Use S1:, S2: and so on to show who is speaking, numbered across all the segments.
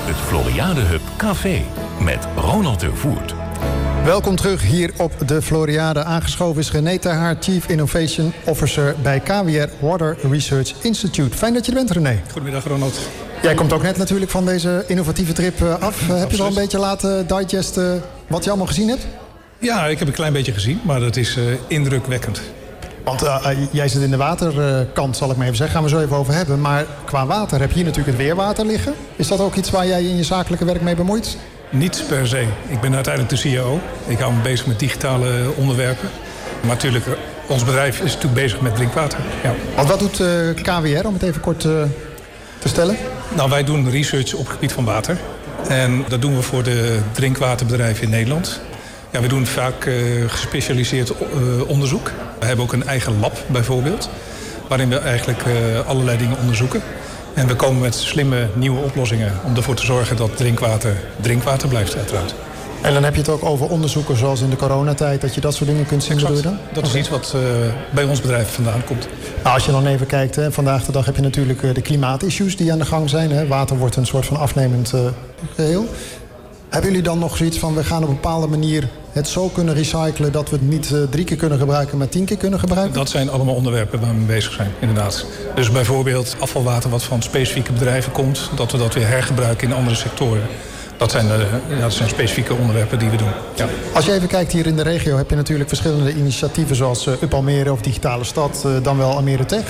S1: Het Floriade Hub Café met Ronald de Voert.
S2: Welkom terug hier op de Floriade. Aangeschoven is René ter Haar, Chief Innovation Officer bij KWR Water Research Institute. Fijn dat je er bent, René.
S3: Goedemiddag, Ronald.
S2: Jij komt ook net natuurlijk van deze innovatieve trip af. Heb je al een beetje laten digesten wat je allemaal gezien hebt?
S3: Ja, ik heb een klein beetje gezien, maar dat is indrukwekkend.
S2: Want jij zit in de waterkant, zal ik maar even zeggen. Gaan we zo even over hebben. Maar qua water heb je hier natuurlijk het weerwater liggen. Is dat ook iets waar jij in je zakelijke werk mee bemoeit?
S3: Niet per se. Ik ben uiteindelijk de CEO. Ik hou me bezig met digitale onderwerpen. Maar natuurlijk, ons bedrijf is natuurlijk bezig met drinkwater. Ja.
S2: Want wat doet KWR, om het even kort te stellen?
S3: Nou, wij doen research op het gebied van water. En dat doen we voor de drinkwaterbedrijven in Nederland. Ja, we doen vaak gespecialiseerd onderzoek. We hebben ook een eigen lab bijvoorbeeld, waarin we eigenlijk allerlei dingen onderzoeken. En we komen met slimme nieuwe oplossingen om ervoor te zorgen dat drinkwater blijft uiteraard.
S2: En dan heb je het ook over onderzoeken zoals in de coronatijd, dat je dat soort dingen kunt zien gebeuren?
S3: Dat is iets wat bij ons bedrijf vandaan komt.
S2: Nou, als je dan even kijkt, hè, vandaag de dag heb je natuurlijk de klimaatissues die aan de gang zijn. Hè. Water wordt een soort van afnemend geheel. Hebben jullie dan nog zoiets van, we gaan op een bepaalde manier het zo kunnen recyclen dat we het niet 3 keer kunnen gebruiken, maar 10 keer kunnen gebruiken?
S3: Dat zijn allemaal onderwerpen waar we mee bezig zijn, inderdaad. Dus bijvoorbeeld afvalwater wat van specifieke bedrijven komt, dat we dat weer hergebruiken in andere sectoren. Dat zijn specifieke onderwerpen die we doen. Ja.
S2: Als je even kijkt hier in de regio, heb je natuurlijk verschillende initiatieven zoals Up Almere of Digitale Stad, dan wel Almere Tech.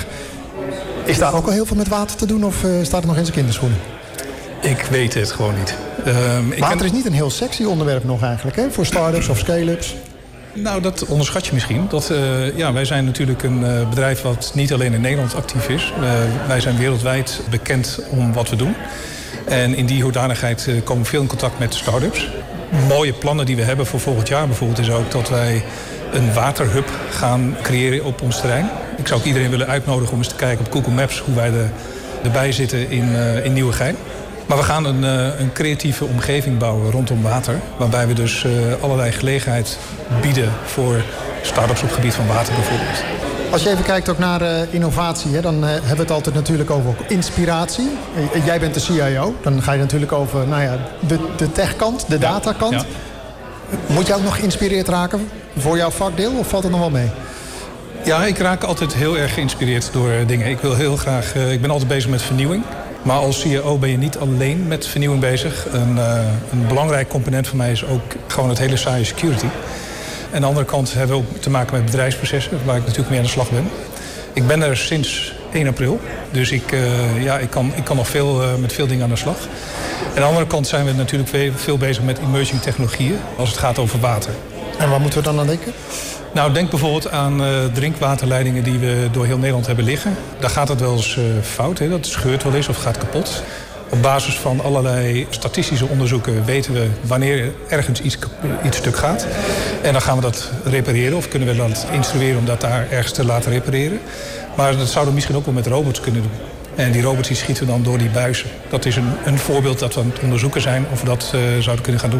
S2: Is daar ook al heel veel met water te doen of staat het nog in zijn kinderschoenen?
S3: Ik weet het gewoon niet.
S2: Water is niet een heel sexy onderwerp nog eigenlijk, hè? Voor start-ups of scale-ups.
S3: Nou, dat onderschat je misschien. Wij zijn natuurlijk een bedrijf wat niet alleen in Nederland actief is. Wij zijn wereldwijd bekend om wat we doen. En in die hoedanigheid komen we veel in contact met start-ups. Mooie plannen die we hebben voor volgend jaar bijvoorbeeld is ook dat wij een waterhub gaan creëren op ons terrein. Ik zou ook iedereen willen uitnodigen om eens te kijken op Google Maps hoe wij erbij zitten in Nieuwegein. Maar we gaan een creatieve omgeving bouwen rondom water. Waarbij we dus allerlei gelegenheid bieden voor start-ups op het gebied van water bijvoorbeeld.
S2: Als je even kijkt ook naar innovatie, hè, dan hebben we het altijd natuurlijk over inspiratie. Jij bent de CIO, dan ga je natuurlijk over de techkant, de datakant. Ja. Moet je ook nog geïnspireerd raken voor jouw vakdeel of valt het nog wel mee?
S3: Ja, ik raak altijd heel erg geïnspireerd door dingen. Ik ben altijd bezig met vernieuwing. Maar als CEO ben je niet alleen met vernieuwing bezig. Een belangrijk component van mij is ook gewoon het hele saaie security. En aan de andere kant hebben we ook te maken met bedrijfsprocessen, waar ik natuurlijk mee aan de slag ben. Ik ben er sinds 1 april, dus ik kan nog met veel dingen aan de slag. En aan de andere kant zijn we natuurlijk veel bezig met emerging technologieën als het gaat over water.
S2: En waar moeten we dan aan denken?
S3: Nou, denk bijvoorbeeld aan drinkwaterleidingen die we door heel Nederland hebben liggen. Daar gaat het wel eens fout, hè? Dat scheurt wel eens of gaat kapot. Op basis van allerlei statistische onderzoeken weten we wanneer ergens iets stuk gaat. En dan gaan we dat repareren of kunnen we dat instrueren om dat daar ergens te laten repareren. Maar dat zouden we misschien ook wel met robots kunnen doen. En die robots die schieten we dan door die buizen. Dat is een voorbeeld dat we aan het onderzoeken zijn of we dat zouden kunnen gaan doen.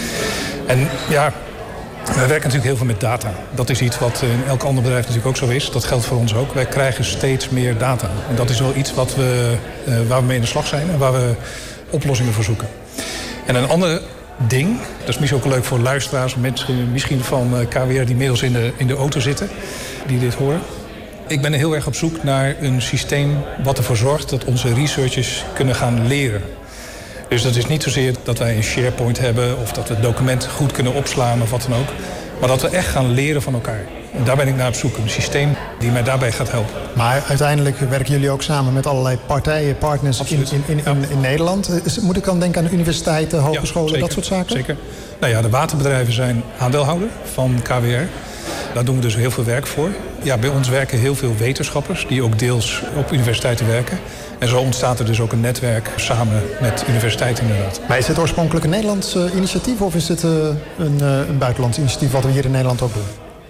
S3: En ja, we werken natuurlijk heel veel met data. Dat is iets wat in elk ander bedrijf natuurlijk ook zo is. Dat geldt voor ons ook. Wij krijgen steeds meer data. En dat is wel iets waar we mee in de slag zijn en waar we oplossingen voor zoeken. En een ander ding, dat is misschien ook leuk voor luisteraars, mensen misschien van KWR die inmiddels in de auto zitten, die dit horen. Ik ben heel erg op zoek naar een systeem wat ervoor zorgt dat onze researchers kunnen gaan leren. Dus dat is niet zozeer dat wij een SharePoint hebben of dat we het document goed kunnen opslaan of wat dan ook. Maar dat we echt gaan leren van elkaar. En daar ben ik naar op zoek. Een systeem die mij daarbij gaat helpen.
S2: Maar uiteindelijk werken jullie ook samen met allerlei partijen, partners in Nederland. Moet ik dan denken aan universiteiten, hogescholen, dat soort zaken?
S3: Zeker. Nou ja, de waterbedrijven zijn aandeelhouder van KWR. Daar doen we dus heel veel werk voor. Ja, bij ons werken heel veel wetenschappers die ook deels op universiteiten werken. En zo ontstaat er dus ook een netwerk samen met universiteiten inderdaad.
S2: Maar is het oorspronkelijk een Nederlands initiatief of is het een buitenlands initiatief wat we hier in Nederland ook doen?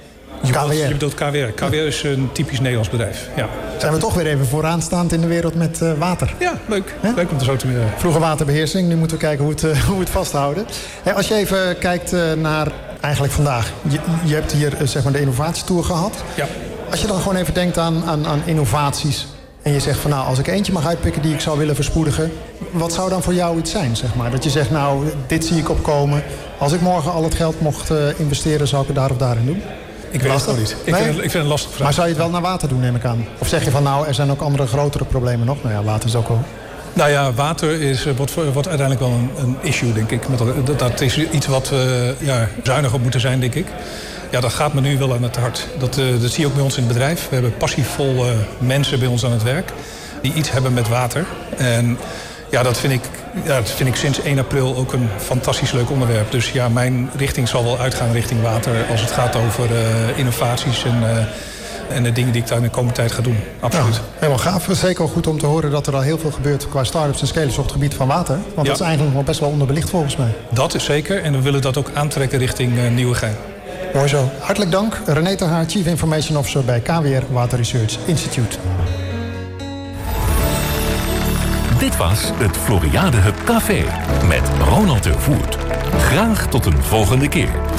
S3: Je bedoelt KWR. KWR is een typisch Nederlands bedrijf. Ja.
S2: Zijn we toch weer even vooraanstaand in de wereld met water?
S3: Ja, leuk. Leuk om er zo te meer.
S2: Vroeger waterbeheersing, nu moeten we kijken hoe we het vasthouden. Als je even kijkt naar eigenlijk vandaag. Je hebt hier zeg maar de innovatietour gehad.
S3: Ja.
S2: Als je dan gewoon even denkt aan innovaties En je zegt van nou, als ik eentje mag uitpikken die ik zou willen verspoedigen, wat zou dan voor jou iets zijn, zeg maar? Dat je zegt, nou, dit zie ik opkomen. Als ik morgen al het geld mocht investeren, zou ik het daar of daarin doen?
S3: Ik weet het nog niet. Ik vind het een lastige vraag.
S2: Maar zou je het wel naar water doen, neem ik aan? Of zeg je van nou, er zijn ook andere grotere problemen nog? Nou ja, water is ook wel...
S3: Nou ja, water wordt uiteindelijk wel een issue, denk ik. Dat is iets wat zuinig op moeten zijn, denk ik. Ja, dat gaat me nu wel aan het hart. Dat zie je ook bij ons in het bedrijf. We hebben passievolle mensen bij ons aan het werk die iets hebben met water. En ja, dat vind ik sinds 1 april ook een fantastisch leuk onderwerp. Dus ja, mijn richting zal wel uitgaan richting water als het gaat over innovaties en de dingen die ik daar in de komende tijd ga doen. Absoluut.
S2: Ja, helemaal gaaf. Het is zeker goed om te horen dat er al heel veel gebeurt qua start-ups en scale-ups op het gebied van water. Want dat is eigenlijk nog best wel onderbelicht volgens mij.
S3: Dat is zeker. En we willen dat ook aantrekken richting Nieuwegein.
S2: Mooi zo. Hartelijk dank. René ter Haar, Chief Information Officer bij KWR Water Research Institute.
S1: Dit was het Floriade Hub Café met Ronald de Voert. Graag tot een volgende keer.